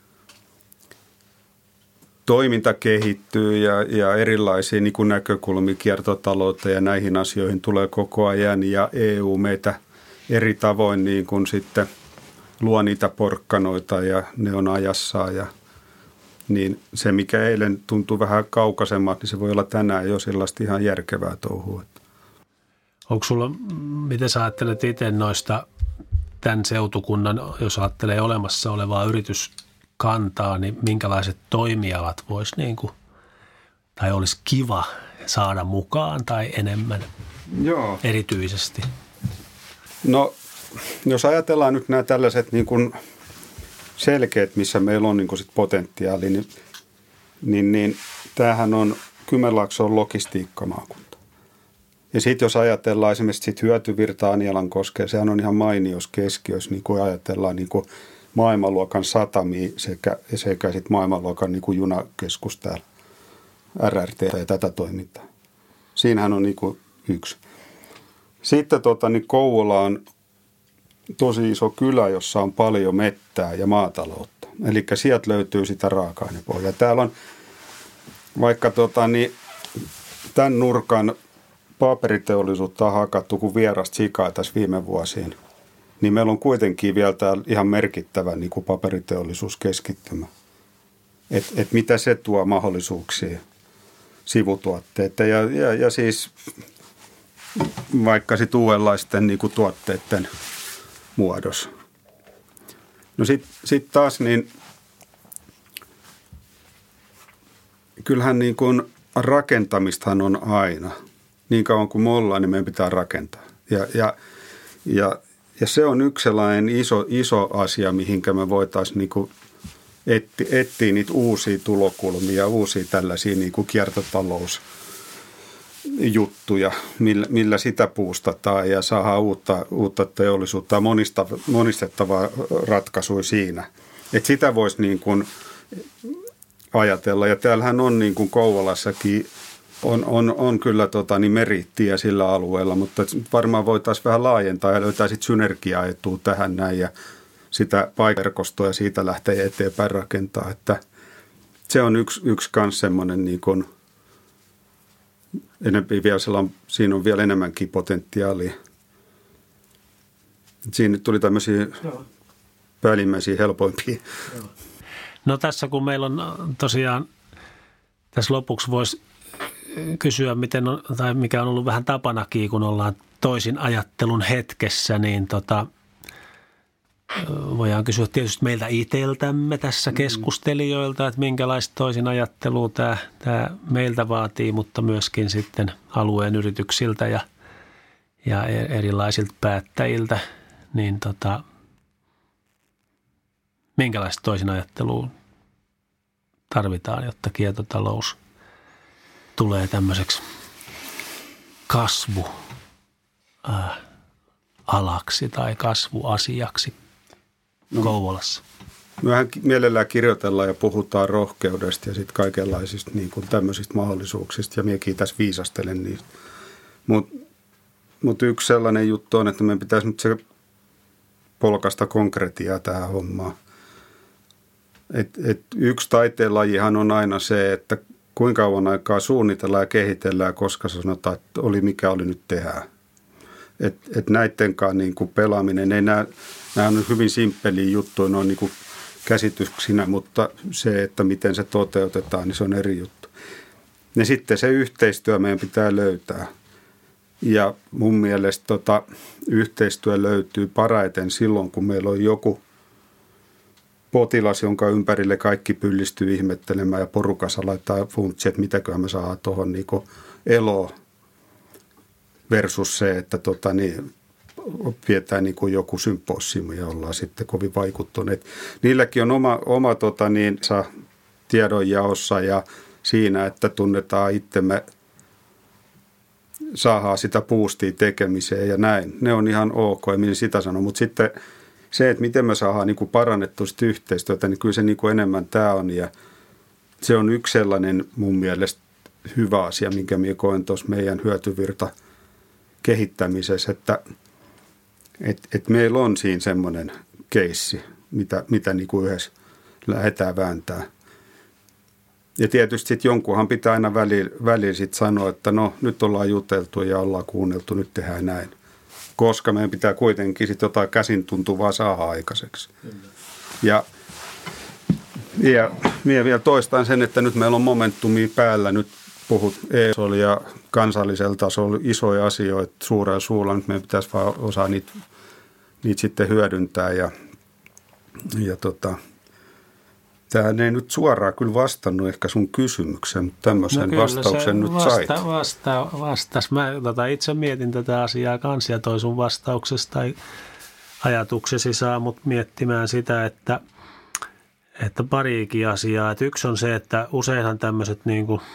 toiminta kehittyy ja, ja erilaisia niin kuin näkökulmia kiertotalouteen ja näihin asioihin tulee koko ajan ja E U meitä eri tavoin niin kuin sitten luo niitä porkkanoita ja ne on ajassaan ja niin se, mikä eilen tuntui vähän kaukaisemmat, niin se voi olla tänään jo sellaista ihan järkevää touhua. Onko sulla, miten sä ajattelet itse noista tämän seutukunnan, jos ajattelee olemassa olevaa yrityskantaa, niin minkälaiset toimialat vois niin kuin, tai olisi kiva saada mukaan tai enemmän Joo. erityisesti? No, jos ajatellaan nyt nämä tällaiset niin kuin selkeät, missä meillä on niin kuin sit potentiaali, niin, niin, niin tämähän on, Kymenlaakso on logistiikkamaakunta. Ja sitten jos ajatellaan esimerkiksi sit hyötyvirtaa Anjalankoskea, sehän on ihan mainios keskiössä, niin kuin ajatellaan niin kuin maailmanluokan satamia sekä, sekä sit maailmanluokan niin kuin junakeskus täällä, R R T ja tätä toimintaa. Siinähän on niin kuin yksi. Sitten tota, niin Kouvola on tosi iso kylä, jossa on paljon mettää ja maataloutta. Eli sieltä löytyy sitä raaka-ainepohjaa. Täällä on vaikka tota, niin, tämän nurkan paperiteollisuutta on hakattu kuin vierasta sikaa tässä viime vuosiin. Niin meillä on kuitenkin vielä täällä ihan merkittävä niin kuin paperiteollisuuskeskittymä. Et, et mitä se tuo mahdollisuuksia, sivutuotteita ja, ja, ja siis vaikka sitten uudenlaisten niin kuin tuotteiden muodossa. No sitten sit taas niin kyllähän niin kuin rakentamistahan on aina. Niin kauan kuin me ollaan, niin meidän pitää rakentaa. Ja, ja, ja, ja se on yksi sellainen iso, iso asia, mihinkä me voitaisiin niin kuin etsiä, etsiä niitä uusia tulokulmia, uusia tällaisia niin kuin kiertotalousjuttuja, millä, millä sitä puustataan ja saadaan uutta, uutta teollisuutta ja monista, monistettavaa ratkaisuja siinä. Että sitä voisi niin kuin ajatella. Ja täällähän on niin kuin Kouvolassakin on, on, on kyllä tota, niin merittiä sillä alueella, mutta varmaan voitaisiin vähän laajentaa ja löytää sitten synergiaetua tähän näin ja sitä paikkaverkostoa ja siitä lähtee eteenpäin rakentaa. Että se on yksi, yksi kans semmoinen, niin kuin, vielä on, siinä on vielä enemmänkin potentiaalia. Siinä nyt tuli tämmöisiä Joo. päällimmäisiä helpoimpia. Joo. No tässä kun meillä on tosiaan, tässä lopuksi voisi kysyä, miten on, tai mikä on ollut vähän tapanakin, kun ollaan toisin ajattelun hetkessä, niin tota, voidaan kysyä tietysti meiltä itseltämme tässä keskustelijoilta, että minkälaista toisin ajattelua tämä, tämä meiltä vaatii, mutta myöskin sitten alueen yrityksiltä ja, ja erilaisilta päättäjiltä, niin tota, minkälaista toisin ajattelua tarvitaan, jotta kiertotalous tulee tämmöiseksi kasvualaksi tai kasvuasiaksi no, Kouvolassa? Mehän mielellään kirjoitellaan ja puhutaan rohkeudesta ja sitten kaikenlaisista niin kuin tämmöisistä mahdollisuuksista ja minäkin tässä viisastelen niistä. Mutta mut yksi sellainen juttu on, että meidän pitäisi nyt se polkasta konkretiaa tähän hommaan. Et, et yksi taiteenlajihan on aina se, että kuinka kauan aikaa suunnitellaan ja kehitellään, koska sanotaan, että oli mikä oli nyt tehdään. Että et näittenkaan niin kuin pelaaminen, ei nämä, nämä on hyvin simppeliä juttuja, ne on niin kuin käsityksinä, mutta se, että miten se toteutetaan, niin se on eri juttu. Ja sitten se yhteistyö meidän pitää löytää. Ja mun mielestä tota, yhteistyö löytyy parhaiten silloin, kun meillä on joku potilas, jonka ympärille kaikki pyllistyy ihmettelemään ja porukassa laittaa funtsi, että mitäköhän me saadaan tuohon niin eloon versus se, että tota, niin, pidetään niin kuin joku symposiumi ja ollaan sitten kovin vaikuttuneet. Niilläkin on oma, oma tota, niin, tiedonjaossa ja siinä, että tunnetaan itsemme, saadaan sitä boostia tekemiseen ja näin. Ne on ihan ok, en minä sitä sano, mutta sitten se, että miten me saadaan niin kuin parannettua sitä yhteistyötä, niin kyllä se niin kuin enemmän tämä on. Ja se on yksi sellainen mun mielestä hyvä asia, minkä minä koen tuossa meidän hyötyvirta kehittämisessä, että et, et meillä on siinä semmoinen keissi, mitä, mitä niin kuin yhdessä lähdetään vääntää. Ja tietysti sitten jonkunhan pitää aina välillä, välillä sit sanoa, että no nyt ollaan juteltu ja ollaan kuunneltu, nyt tehdään näin. Koska meidän pitää kuitenkin sitten jotain käsin tuntuvaa saada aikaiseksi. Kyllä. Ja, ja minä vielä toistan sen, että nyt meillä on momentumia päällä. Nyt puhut E U ja kansallisella tasolla isoja asioita suurella suulla. Nyt meidän pitäisi vaan osaa niitä, niitä sitten hyödyntää. Ja, ja tota, tämähän ei nyt suoraan kyllä vastannut ehkä sun kysymykseen, mutta tämmöisen no vastauksen nyt vasta, sait. Vasta, vastas. Mä tota, itse mietin tätä asiaa kanssa ja toi sun vastauksesta tai ajatuksesi saa mut miettimään sitä, että, että pariikin asiaa. Että yksi on se, että useinhan tämmöiset niin kuin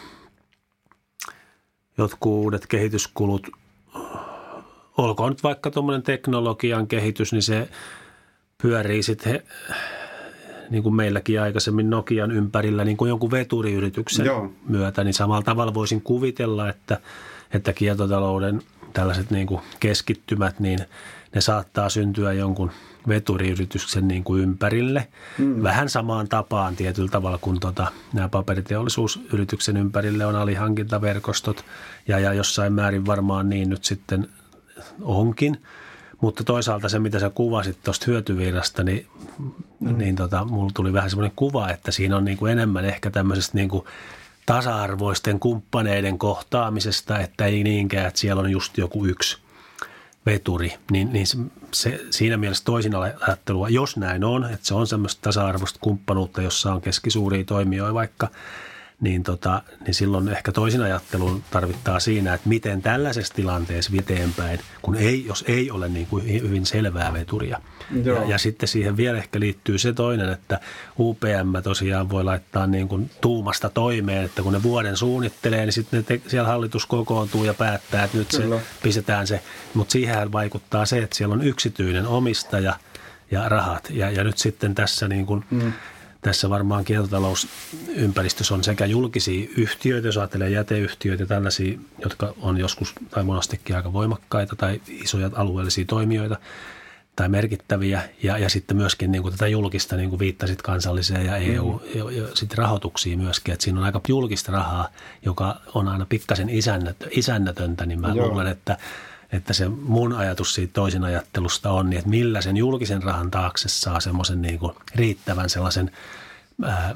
jotkut uudet kehityskulut, olkoon nyt vaikka tuommoinen teknologian kehitys, niin se pyörii sitten niin kuin meilläkin aikaisemmin Nokian ympärillä niin kuin jonkun veturiyrityksen Joo. myötä, niin samalla tavalla voisin kuvitella, että, että kiertotalouden tällaiset niin kuin keskittymät, niin ne saattaa syntyä jonkun veturiyrityksen niin kuin ympärille. Mm. Vähän samaan tapaan tietyllä tavalla kuin tota, nämä paperiteollisuusyrityksen ympärille on alihankintaverkostot ja, ja jossain määrin varmaan niin nyt sitten onkin. Mutta toisaalta se, mitä sä kuvasit tuosta hyötyvirrasta, niin, mm. niin tota, mulla tuli vähän semmoinen kuva, että siinä on niin kuin enemmän ehkä tämmöisestä niin kuin tasa-arvoisten kumppaneiden kohtaamisesta, että ei niinkään, että siellä on just joku yksi veturi. Niin, niin se, siinä mielessä toisin ajattelua, jos näin on, että se on semmoista tasa-arvoista kumppanuutta, jossa on keskisuuria toimijoita vaikka, niin, tota, niin silloin ehkä toisin ajattelun tarvittaa siinä, että miten tällaisessa tilanteessa eteenpäin, kun ei, jos ei ole niin kuin hyvin selvää veturia. Ja, ja sitten siihen vielä ehkä liittyy se toinen, että U P M tosiaan voi laittaa niin kuin tuumasta toimeen, että kun ne vuoden suunnittelee, niin sitten te, siellä hallitus kokoontuu ja päättää, että nyt se, pistetään se. Mutta siihen vaikuttaa se, että siellä on yksityinen omistaja ja rahat. Ja, ja nyt sitten tässä niin kuin mm. tässä varmaan kiertotalousympäristössä on sekä julkisia yhtiöitä, jos ajattelee jäteyhtiöitä, tällaisia, jotka on joskus tai monastikin aika voimakkaita tai isoja alueellisia toimijoita tai merkittäviä, ja, ja sitten myöskin niin kuin tätä julkista, niin kuin viittasit kansalliseen ja E U, mm. ja, ja sitten rahoituksia myöskin, että siinä on aika julkista rahaa, joka on aina pikkasen isännätöntä, niin mä Joo. luulen, että Että se mun ajatus siitä toisin ajattelusta on, niin että millä sen julkisen rahan taakse saa semmoisen niin kuin riittävän sellaisen ää,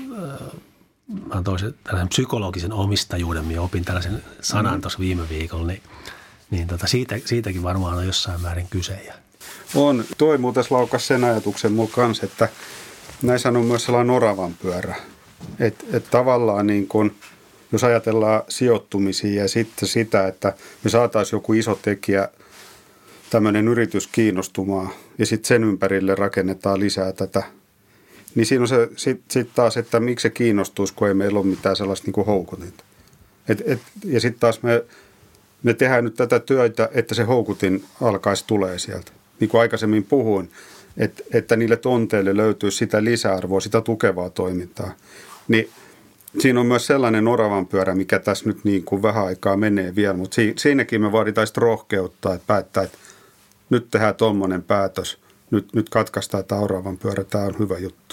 ää, toisen, tällaisen psykologisen omistajuuden, minä opin tällaisen sanan mm. tuossa viime viikolla, niin, niin tota siitä, siitäkin varmaan on jossain määrin kyse. On. Toi muuten laukas sen ajatuksen mulla kanssa, että näissä on myös sellainen oravan pyörä. Että et tavallaan niin kuin jos ajatellaan sijoittumisia ja sitten sitä, että me saataisiin joku iso tekijä, tämmöinen yritys kiinnostumaan ja sitten sen ympärille rakennetaan lisää tätä, niin siinä on se sitten sit taas, että miksi se kiinnostuisi, kun ei meillä ole mitään sellaista niin kuin houkutinta. Et, et, ja sitten taas me, me tehdään nyt tätä työtä, että se houkutin alkaisi tulee sieltä. Niin kuin aikaisemmin puhuin, et, että niille tonteille löytyisi sitä lisäarvoa, sitä tukevaa toimintaa. Niin siinä on myös sellainen oravan pyörä, mikä tässä nyt niin kuin vähän aikaa menee vielä, mutta siinäkin me vaaditaan sitä rohkeutta, että päättää, että nyt tehdään tuommoinen päätös, nyt, nyt katkaistaan tämä oravan pyörä, tämä on hyvä juttu.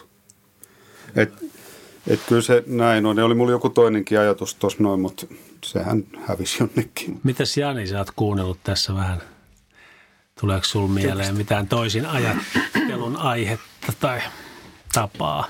Että et kyllä se näin on. Ja oli mulla joku toinenkin ajatus tuossa noin, mutta sehän hävisi jonnekin. Mitäs Jani, sä oot kuunnellut tässä vähän? Tuleeko sulla mieleen mitään toisin ajattelun aihetta tai tapaa?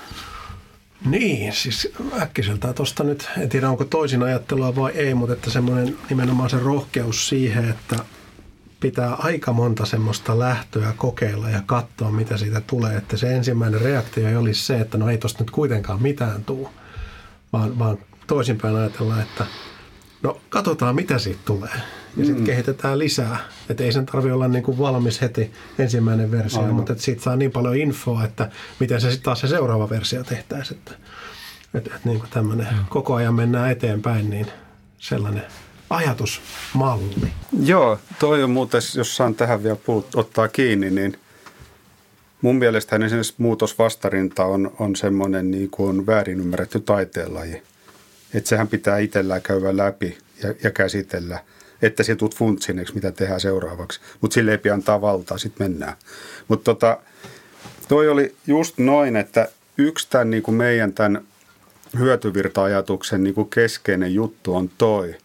Niin, siis äkkiseltään tuosta nyt, en tiedä onko toisin ajattelua vai ei, mutta että semmoinen nimenomaan se rohkeus siihen, että pitää aika monta semmoista lähtöä kokeilla ja katsoa, mitä siitä tulee. Että se ensimmäinen reaktio ei olisi se, että no ei tosta nyt kuitenkaan mitään tule, vaan, vaan toisinpäin ajatellaan, että no katsotaan, mitä siitä tulee. Ja sitten mm. kehitetään lisää. Että ei sen tarvitse olla niin kuin valmis heti ensimmäinen versio, Aivan. mutta että siitä saa niin paljon infoa, että miten se sitten taas se seuraava versio tehtäisiin. Että, että, että niin kuin tämmöinen mm. koko ajan mennään eteenpäin, niin sellainen ajatusmalli. Joo, toi on muuten, jos saan tähän vielä puut, ottaa kiinni, niin mun mielestä esimerkiksi muutosvastarinta on, on semmoinen niin kuin väärin ymmärretty taiteenlaji. Että sehän pitää itsellään käydä läpi ja, ja käsitellä, että se tulet funtsineeksi, mitä tehdään seuraavaksi. Mutta sille ei pian antaa valtaa, sitten mennään. Mutta tota, toi oli just noin, että yksi tämän niin kuin meidän tämän hyötyvirta-ajatuksen niin kuin keskeinen juttu on toi,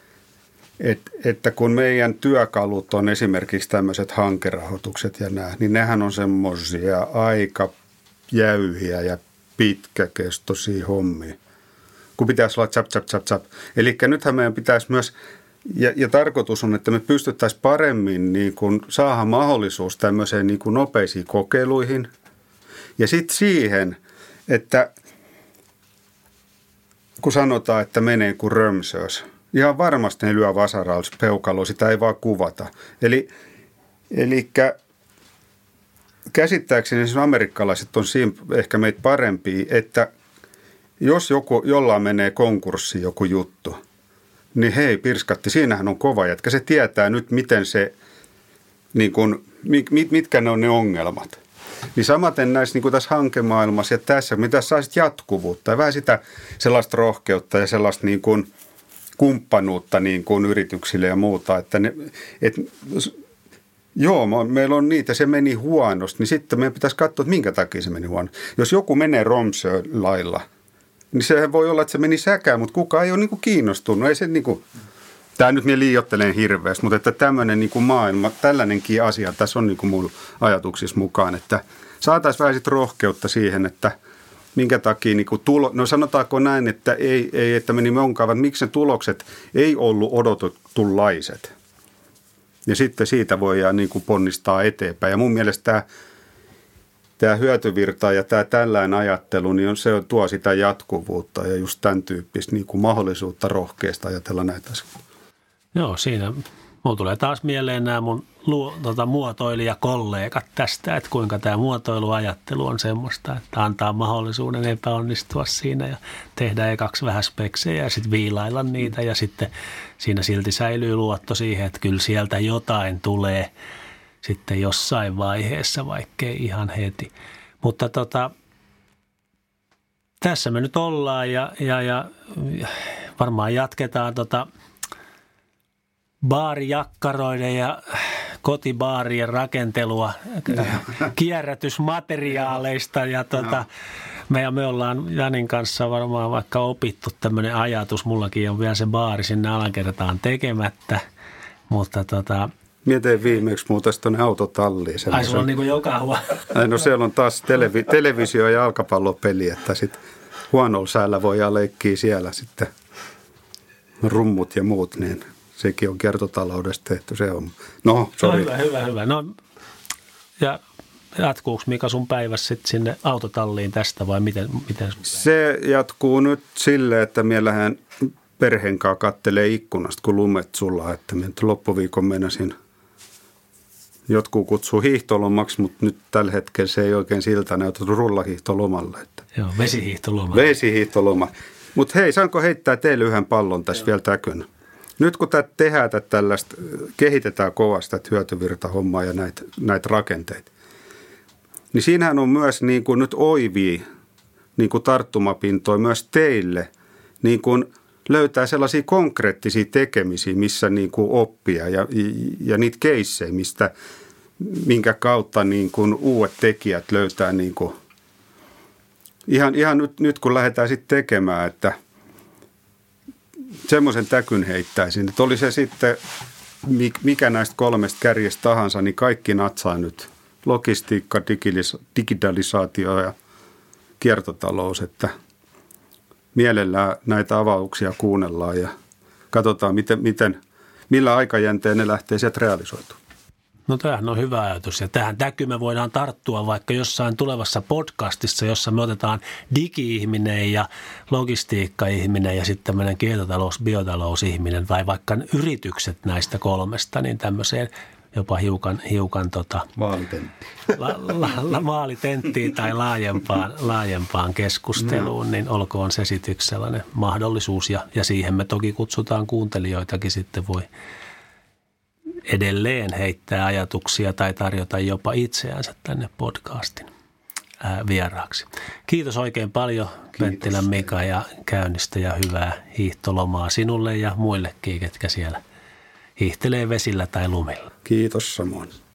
Et, että kun meidän työkalut on esimerkiksi tämmöiset hankerahoitukset ja nämä, niin nehän on semmoisia aika jäyhiä ja pitkäkestoisia hommia, kun pitäisi olla chap, chap, chap, chap. Eli nythän meidän pitäisi myös, ja, ja tarkoitus on, että me pystyttäisiin paremmin niin kuin saada mahdollisuus tämmöiseen niin kuin nopeisiin kokeiluihin. Ja sitten siihen, että kun sanotaan, että menee kuin römsös, ihan varmasti ne lyö vasaralla peukaloa, sitä ei vaan kuvata. Eli, eli käsittääkseni siis amerikkalaiset on siinä ehkä meitä parempia, että jos joku, jollain menee konkurssiin joku juttu, niin hei pirskatti, siinähän on kova jätkä. Se tietää nyt, miten se, niin kun, mit, mitkä ne on ne ongelmat. Niin samaten näissä niin kuin tässä hankemaailmassa ja tässä, mitä saisit jatkuvuutta ja vähän sitä sellaista rohkeutta ja sellaista niin kuin kumppanuutta niin kuin yrityksille ja muuta, että ne, et, joo, meillä on niitä, se meni huonosti, niin sitten meidän pitäisi katsoa, että minkä takia se meni huonosti. Jos joku menee Romsö-lailla, niin sehän voi olla, että se meni säkään, mutta kukaan ei ole niin kuin kiinnostunut. Ei se niin kuin, tämä nyt minä liioittelen hirveästi, mutta että tämmöinen niin kuin maailma, tällainenkin asia tässä on niin kuin mun ajatuksissa mukaan, että saataisiin vähän sit rohkeutta siihen, että minkä takia, niin kuin tulo, no sanotaanko näin, että ei, ei että meni monkaan, vaan miksi ne tulokset ei ollut odotetulaiset. Ja sitten siitä voidaan niin kuin ponnistaa eteenpäin. Ja mun mielestä tämä, tämä hyötyvirta ja tämä tällainen ajattelu, niin se tuo sitä jatkuvuutta ja just tämän tyyppistä niin kuin mahdollisuutta rohkeasta ajatella näitä asioita. Joo, siinä mulla tulee taas mieleen nämä mun luo, tota, muotoilijakollegat tästä, että kuinka tämä muotoiluajattelu on semmoista, että antaa mahdollisuuden epäonnistua siinä ja tehdä ekaksi vähän speksejä ja sitten viilailla niitä ja sitten siinä silti säilyy luotto siihen, että kyllä sieltä jotain tulee sitten jossain vaiheessa, vaikkei ihan heti. Mutta tota, tässä me nyt ollaan ja, ja, ja varmaan jatketaan tota baarijakkaroiden ja kotibaarien rakentelua kierrätysmateriaaleista ja tota, me, me ollaan Janin kanssa varmaan vaikka opittu tämmöinen ajatus, mullakin on vielä se baari sinne alakertaan tekemättä, mutta tota... Mietin viimeksi muuten tuonne autotalliin. Ai sulla on niin kuin joka huo. No siellä on taas televi- televisio- ja jalkapallopeli, että sitten huonolla säällä voidaan leikkiä siellä sitten rummut ja muut, niin sekin on kiertotaloudesta tehty se on. No, sori. No, hyvä, hyvä, hyvä. No, ja jatkuuko Mika sun päivässä sitten sinne autotalliin tästä vai miten? miten se jatkuu nyt silleen, että minä lähden perheen kanssa kattelee ikkunasta, kun lumet sulaa, että minä loppuviikon mennäisin. Jotkut kutsuu hiihtolomaksi, mutta nyt tällä hetkellä se ei oikein siltä näytä rullahiihtolomalle. Että joo, vesihiihtoloma. Vesihiihtoloma. Mutta hei, saanko heittää teille yhden pallon tässä joo. vielä täkönä? Nyt kun tätä tehdään tätä tällaista, kehitetään kovasti tätä hyötyvirtahommaa ja näitä, näitä rakenteita, niin siinähän on myös niin kuin nyt oivia niin kuin tarttumapintoja myös teille, niin kuin löytää sellaisia konkreettisia tekemisiä, missä niin kuin oppia ja, ja niitä keissejä, mistä, minkä kautta niin kuin uudet tekijät löytää niin kuin, ihan, ihan nyt, nyt kun lähdetään sitten tekemään, että semmoisen täkyn heittäisin, että oli se sitten mikä näistä kolmesta kärjestä tahansa, niin kaikki natsaa nyt. Logistiikka, digitalisaatio ja kiertotalous, että mielellään näitä avauksia kuunnellaan ja katsotaan, miten, miten, millä aikajänteen ne lähtee sieltä realisoitumaan. No tämähän on hyvä ajatus ja tähän täkyyn me voidaan tarttua vaikka jossain tulevassa podcastissa, jossa me otetaan digi-ihminen ja logistiikka-ihminen ja sitten tämmöinen kiertotalous, biotalous-ihminen tai vaikka yritykset näistä kolmesta, niin tämmöiseen jopa hiukan, hiukan tota, Vaalitentti. La, la, la, vaalitenttiin tai laajempaan, laajempaan keskusteluun, no. Niin olkoon se sitten yksi sellainen mahdollisuus ja, ja siihen me toki kutsutaan kuuntelijoitakin sitten voi edelleen heittää ajatuksia tai tarjota jopa itseänsä tänne podcastin ää, vieraaksi. Kiitos oikein paljon Penttilän Mika ja käynnistä ja hyvää hiihtolomaa sinulle ja muillekin, ketkä siellä hiihtelee vesillä tai lumilla. Kiitos samoin.